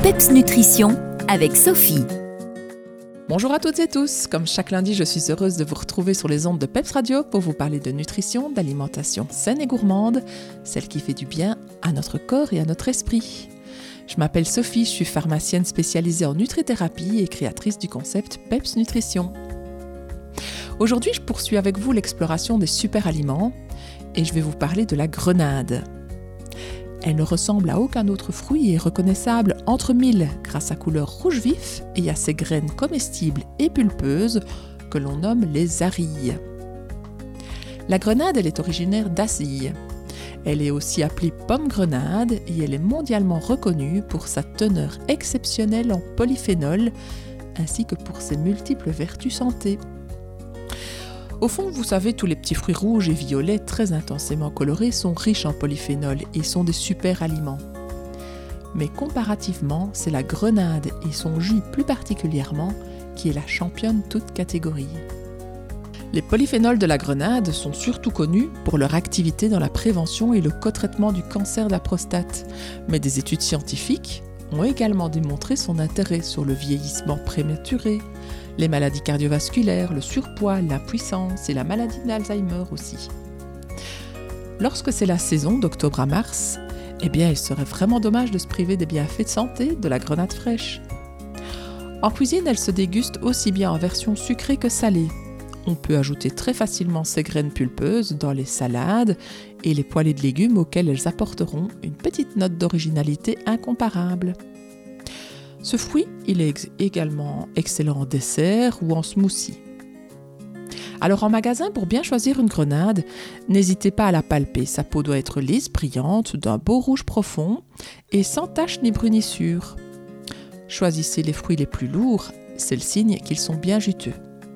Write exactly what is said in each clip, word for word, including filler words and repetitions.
Peps Nutrition avec Sophie. Bonjour à toutes et tous, comme chaque lundi, je suis heureuse de vous retrouver sur les ondes de Peps Radio pour vous parler de nutrition, d'alimentation saine et gourmande, celle qui fait du bien à notre corps et à notre esprit. Je m'appelle Sophie, je suis pharmacienne spécialisée en nutrithérapie et créatrice du concept Peps Nutrition. Aujourd'hui, je poursuis avec vous l'exploration des super aliments et je vais vous parler de la grenade. Elle ne ressemble à aucun autre fruit et est reconnaissable entre mille grâce à sa couleur rouge vif et à ses graines comestibles et pulpeuses que l'on nomme les arilles. La grenade, elle est originaire d'Asie. Elle est aussi appelée pomme grenade et elle est mondialement reconnue pour sa teneur exceptionnelle en polyphénol ainsi que pour ses multiples vertus santé. Au fond, vous savez, tous les petits fruits rouges et violets très intensément colorés sont riches en polyphénol et sont des super aliments. Mais comparativement, c'est la grenade et son jus plus particulièrement qui est la championne toute catégorie. Les polyphénols de la grenade sont surtout connus pour leur activité dans la prévention et le co-traitement du cancer de la prostate, mais des études scientifiques ont également démontré son intérêt sur le vieillissement prématuré, les maladies cardiovasculaires, le surpoids, l'impuissance et la maladie d'Alzheimer aussi. Lorsque c'est la saison d'octobre à mars, eh bien il serait vraiment dommage de se priver des bienfaits de santé de la grenade fraîche. En cuisine, elle se déguste aussi bien en version sucrée que salée. On peut ajouter très facilement ces graines pulpeuses dans les salades et les poêlées de légumes auxquelles elles apporteront une petite note d'originalité incomparable. Ce fruit, il est également excellent en dessert ou en smoothie. Alors en magasin, pour bien choisir une grenade, n'hésitez pas à la palper. Sa peau doit être lisse, brillante, d'un beau rouge profond et sans tache ni brunissure. Choisissez les fruits les plus lourds, c'est le signe qu'ils sont bien juteux.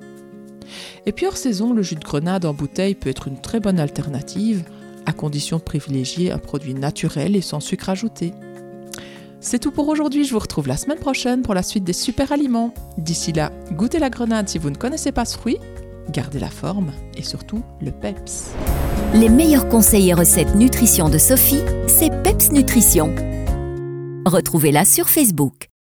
Et puis hors saison, le jus de grenade en bouteille peut être une très bonne alternative, à condition de privilégier un produit naturel et sans sucre ajouté. C'est tout pour aujourd'hui, je vous retrouve la semaine prochaine pour la suite des super aliments. D'ici là, goûtez la grenade si vous ne connaissez pas ce fruit, gardez la forme et surtout le peps. Les meilleurs conseils et recettes nutrition de Sophie, c'est Peps Nutrition. Retrouvez-la sur Facebook.